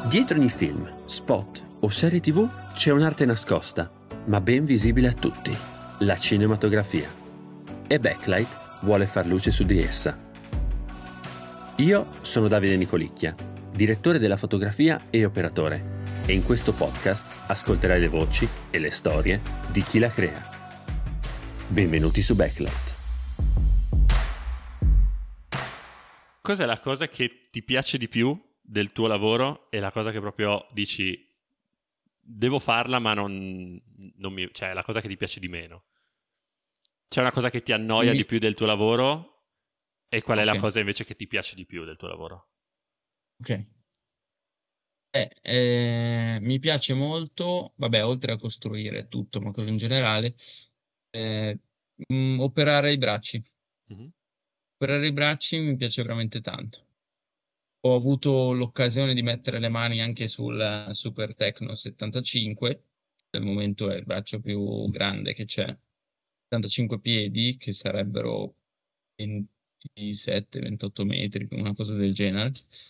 Dietro ogni film, spot o serie TV c'è un'arte nascosta, ma ben visibile a tutti: la cinematografia. E Backlight vuole far luce su di essa. Io sono Davide Nicolicchia, direttore della fotografia e operatore, e in questo podcast ascolterai le voci e le storie di chi la crea. Benvenuti su Backlight. Cos'è la cosa che ti piace di più del tuo lavoro e la cosa che proprio dici devo farla ma non mi... cioè la cosa che ti piace di meno? C'è una cosa che ti annoia di più del tuo lavoro e qual è la cosa invece che ti piace di più del tuo lavoro? Ok. Mi piace molto, vabbè, oltre a costruire tutto, ma quello in generale, operare i bracci. Mhm. Operare i bracci mi piace veramente tanto. Ho avuto l'occasione di mettere le mani anche sul Super Tecno 75, che al momento è il braccio più grande che c'è, 75 piedi, che sarebbero 27-28 metri, una cosa del genere.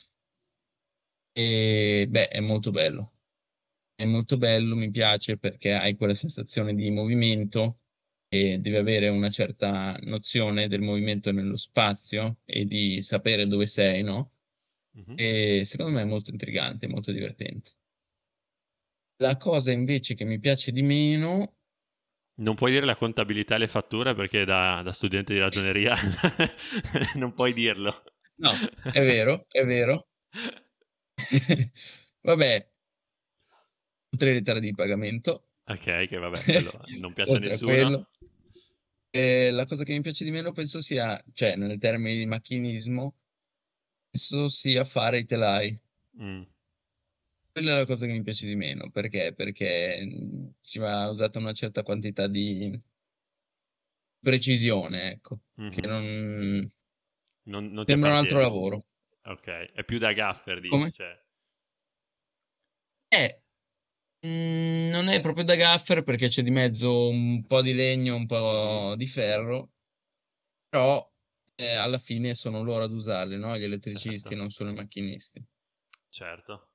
E beh, è molto bello. È molto bello, mi piace perché hai quella sensazione di movimento e devi avere una certa nozione del movimento nello spazio e di sapere dove sei, no? Mhm. E secondo me è molto intrigante, molto divertente. La cosa invece che mi piace di meno, Non puoi dire la contabilità e le fatture perché da studente di ragioneria non puoi dirlo. no, è vero, è vero. Vabbè, oltre ai ritardi di pagamento, Ok, che vabbè, quello non piace a oltre a nessuno. quello. La cosa che mi piace di meno penso sia, cioè nel termine di macchinismo, penso sia fare i telai. Mm. Quella è la cosa che mi piace di meno, perché? Perché ci va usata una certa quantità di precisione, ecco, che Mhm. non Non ti sembra un altro appartiene. lavoro. Ok, è più da gaffer, dici, Come? cioè. Eh, non è proprio da gaffer perché c'è di mezzo un po' di legno, un Mhm. po' di ferro, però alla fine sono loro ad usarli, no? Gli elettricisti, Certo, non solo i macchinisti. certo.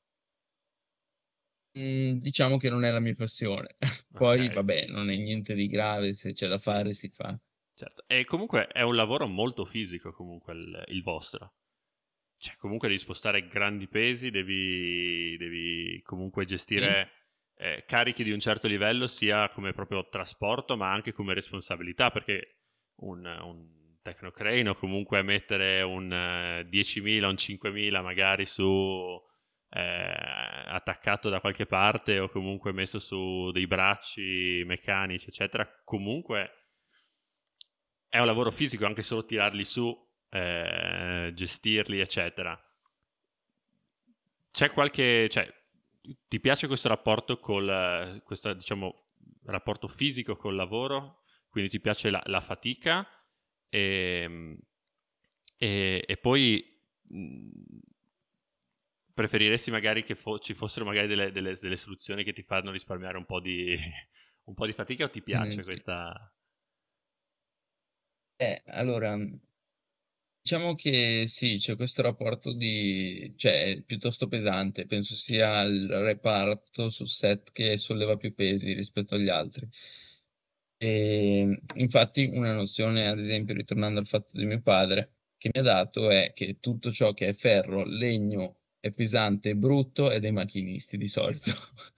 Diciamo che non è la mia passione. Ok, Poi, vabbè, non è niente di grave, se c'è da sì, fare sì, si fa. certo. E comunque è un lavoro molto fisico comunque il vostro. Cioè, comunque devi spostare grandi pesi, devi comunque Sì? gestire carichi di un certo livello, sia come proprio trasporto, ma anche come responsabilità, perché un Tecnocrane o comunque mettere un 10.000, un 5.000 magari su attaccato da qualche parte o comunque messo su dei bracci meccanici, eccetera, comunque è un lavoro fisico, anche solo tirarli su, gestirli, eccetera. C'è qualche, cioè, ti piace questo rapporto questo, diciamo, rapporto fisico col lavoro? Quindi ti piace la fatica e, e poi preferiresti magari che ci fossero magari delle soluzioni che ti fanno risparmiare un po' di, un po' di fatica o ti piace Sì. questa... Allora, diciamo che sì, c'è questo rapporto cioè, è piuttosto pesante, penso sia il reparto su set che solleva più pesi rispetto agli altri. E infatti una nozione, ad esempio, ritornando al fatto di mio padre, che mi ha dato è che tutto ciò che è ferro, legno, è pesante e brutto è dei macchinisti di solito.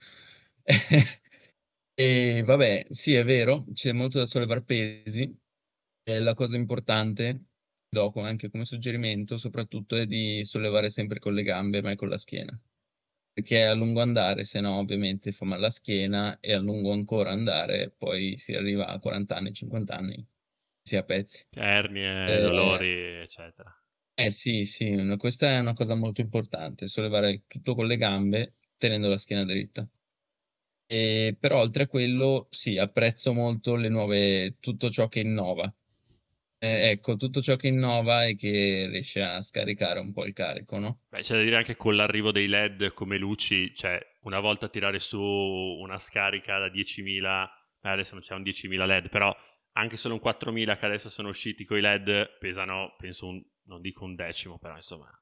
E vabbè, sì, è vero, c'è molto da sollevare pesi. La cosa importante, dopo anche come suggerimento, soprattutto è di sollevare sempre con le gambe, mai con la schiena. Perché a lungo andare, se no, ovviamente fa male alla schiena e a lungo ancora andare, poi si arriva a 40 anni, 50 anni, si è a pezzi. Ernie, Eh, dolori, eccetera. sì, sì, questa è una cosa molto importante, sollevare tutto con le gambe tenendo la schiena dritta. Però oltre a quello, sì, apprezzo molto le nuove, tutto ciò che innova. Ecco, tutto ciò che innova e che riesce a scaricare un po' il carico, no? Beh, c'è da dire anche con l'arrivo dei LED come luci, cioè una volta tirare su una scarica da 10.000, adesso non c'è un 10.000 LED, però anche solo un 4.000 che adesso sono usciti con i LED pesano, penso, non dico un decimo, però insomma,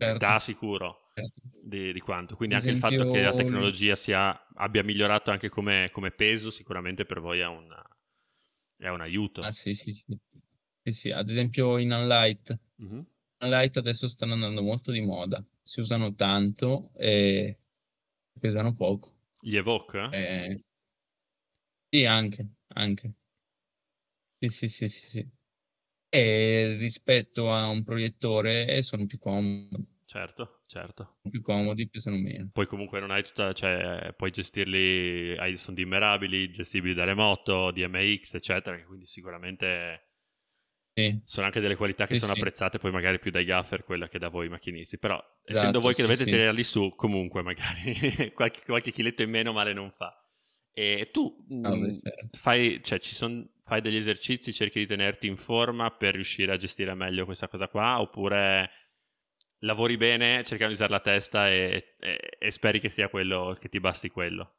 certo, sicuro certo. di quanto. Quindi Ad anche il fatto che la esempio, tecnologia abbia migliorato anche come peso, sicuramente per voi è un aiuto. sì, sì, sì. Sì, sì, ad esempio in Unlight. Mhm. Unlight adesso stanno andando molto di moda, si usano tanto e pesano poco. Gli Evoque? Eh, sì, anche. Sì, sì, sì, sì, sì. E rispetto a un proiettore Certo, certo. più comodi, pesano meno. Poi comunque non hai cioè puoi gestirli, sono dimmerabili, gestibili da remoto, DMX, eccetera, che quindi sicuramente Sì, sono anche delle qualità che sì, sono sì, apprezzate poi magari più dai gaffer, quella che da voi macchinisti, però essendo esatto, voi che sì, dovete sì. tirarli su, comunque magari qualche chiletto in meno male non fa. E tu Vabbè, certo. fai degli esercizi, cerchi di tenerti in forma per riuscire a gestire meglio questa cosa qua, oppure lavori bene, cercando di usare la testa e speri che sia quello, che ti basti quello?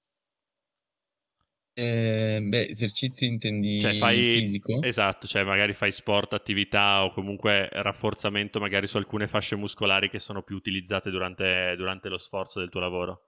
Beh, esercizi Cioè intendi fisico? esatto, cioè magari fai sport, attività o comunque rafforzamento magari su alcune fasce muscolari che sono più utilizzate durante lo sforzo del tuo lavoro.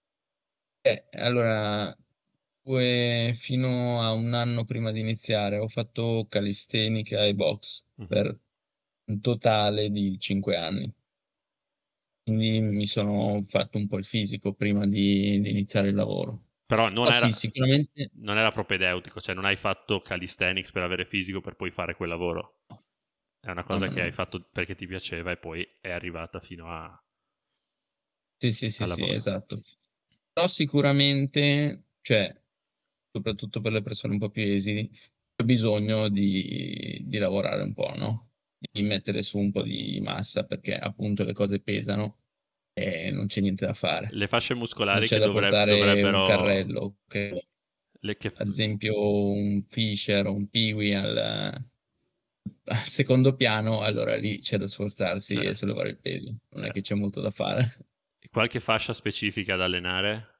Allora, fino a un anno prima di iniziare ho fatto calistenica e box Mhm. per un totale di 5 anni. Quindi mi sono fatto un po' il fisico prima di iniziare il lavoro. Però Oh sì, sicuramente non era propedeutico, cioè non hai fatto calisthenics per avere fisico per poi fare quel lavoro. È una no, cosa no, che hai no. fatto perché ti piaceva e poi è arrivata fino Sì, sì, sì, al sì, lavoro. esatto. Però sicuramente, cioè, soprattutto per le persone un po' più esili, c'è bisogno di lavorare un po', no? Di Mhm. mettere su un po' di massa perché appunto le cose pesano e non c'è niente da fare. Le fasce Quando muscolari c'è che da portare un dovrebbero... carrello, che le che- ad esempio un Fisher o un Peewee al secondo piano, allora lì c'è da sforzarsi e certo, sollevare il peso, non è che certo. c'è molto da fare. Qualche fascia specifica da allenare?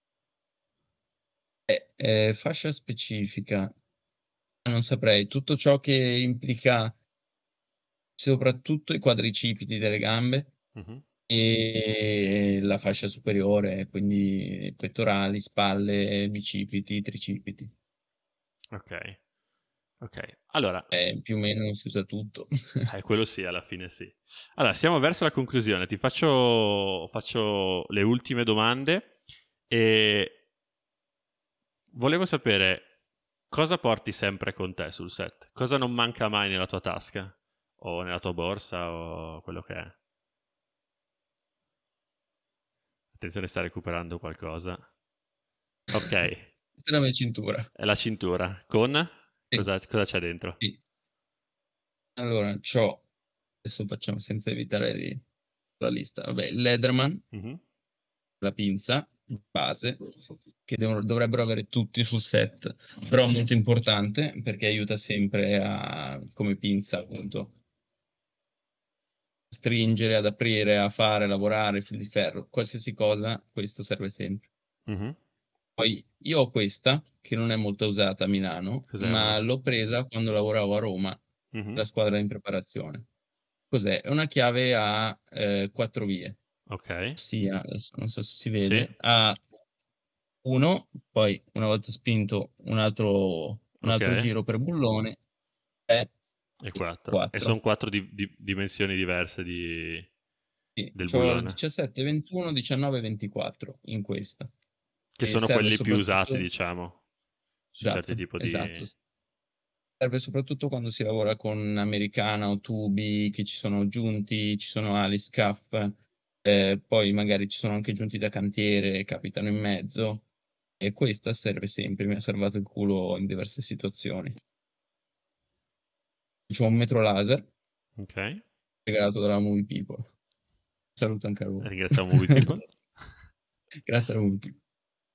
Fascia specifica, non saprei, tutto ciò che implica soprattutto i quadricipiti delle gambe Mhm. e la fascia superiore, quindi pettorali, spalle, bicipiti, tricipiti. Ok, ok. Allora, Più o meno si usa tutto. quello sì, alla fine sì. Allora, siamo verso la conclusione. Faccio le ultime domande e volevo sapere cosa porti sempre con te sul set? Cosa non manca mai nella tua tasca? O nella tua borsa o quello che è? Attenzione, sta recuperando qualcosa. Ok, Questa è la mia cintura. è la cintura. Con? Sì, Cosa c'è dentro? sì. Allora, adesso facciamo senza evitare la lista. Vabbè, il Leatherman, Mhm. la pinza, base, che dovrebbero avere tutti sul set, però molto importante perché aiuta sempre come pinza, appunto, a stringere, ad aprire, a fare, lavorare, fil di ferro, qualsiasi cosa, questo serve sempre. Mhm. Poi io ho questa, che non è molto usata a Milano, Cos'è ma una? l'ho presa quando lavoravo a Roma, Mhm. la squadra in preparazione. Cos'è? È una chiave a 4 vie, Ok, ossia, adesso non so se si sì, vede, a uno, poi una volta spinto un ok. altro giro per bullone, è E 4. E 4. sono 4 dimensioni diverse Sì, del c'ho il bullone, 17, 21, 19 e 24 in questa. che E sono serve quelli più usati, soprattutto, diciamo, su certi esatto, tipi esatto. di... Serve soprattutto quando si lavora con americana o tubi che ci sono giunti, ci sono ali, scaff, poi magari ci sono anche giunti da cantiere, capitano in mezzo. E questa serve sempre, mi ha salvato il culo in diverse situazioni. C'ho un metro laser Ok, regalato dalla Movie People. Saluto anche a loro. ringraziamo Movie People. Grazie alla Movie People.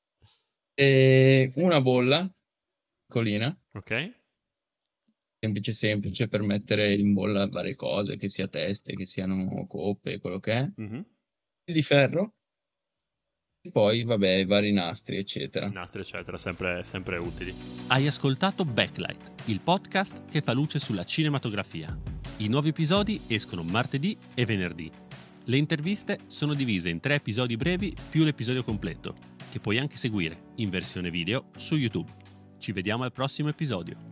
E una bolla piccolina, Ok, semplice semplice per mettere in bolla varie cose, che sia teste, che siano coppe, quello che è. mhm. Di ferro, e poi, vabbè, vari nastri, I eccetera. nastri, eccetera, sempre utili. Hai ascoltato Backlight, il podcast che fa luce sulla cinematografia. I nuovi episodi escono martedì e venerdì. Le interviste sono divise in 3 episodi brevi più l'episodio completo, che puoi anche seguire in versione video su YouTube. Ci vediamo al prossimo episodio.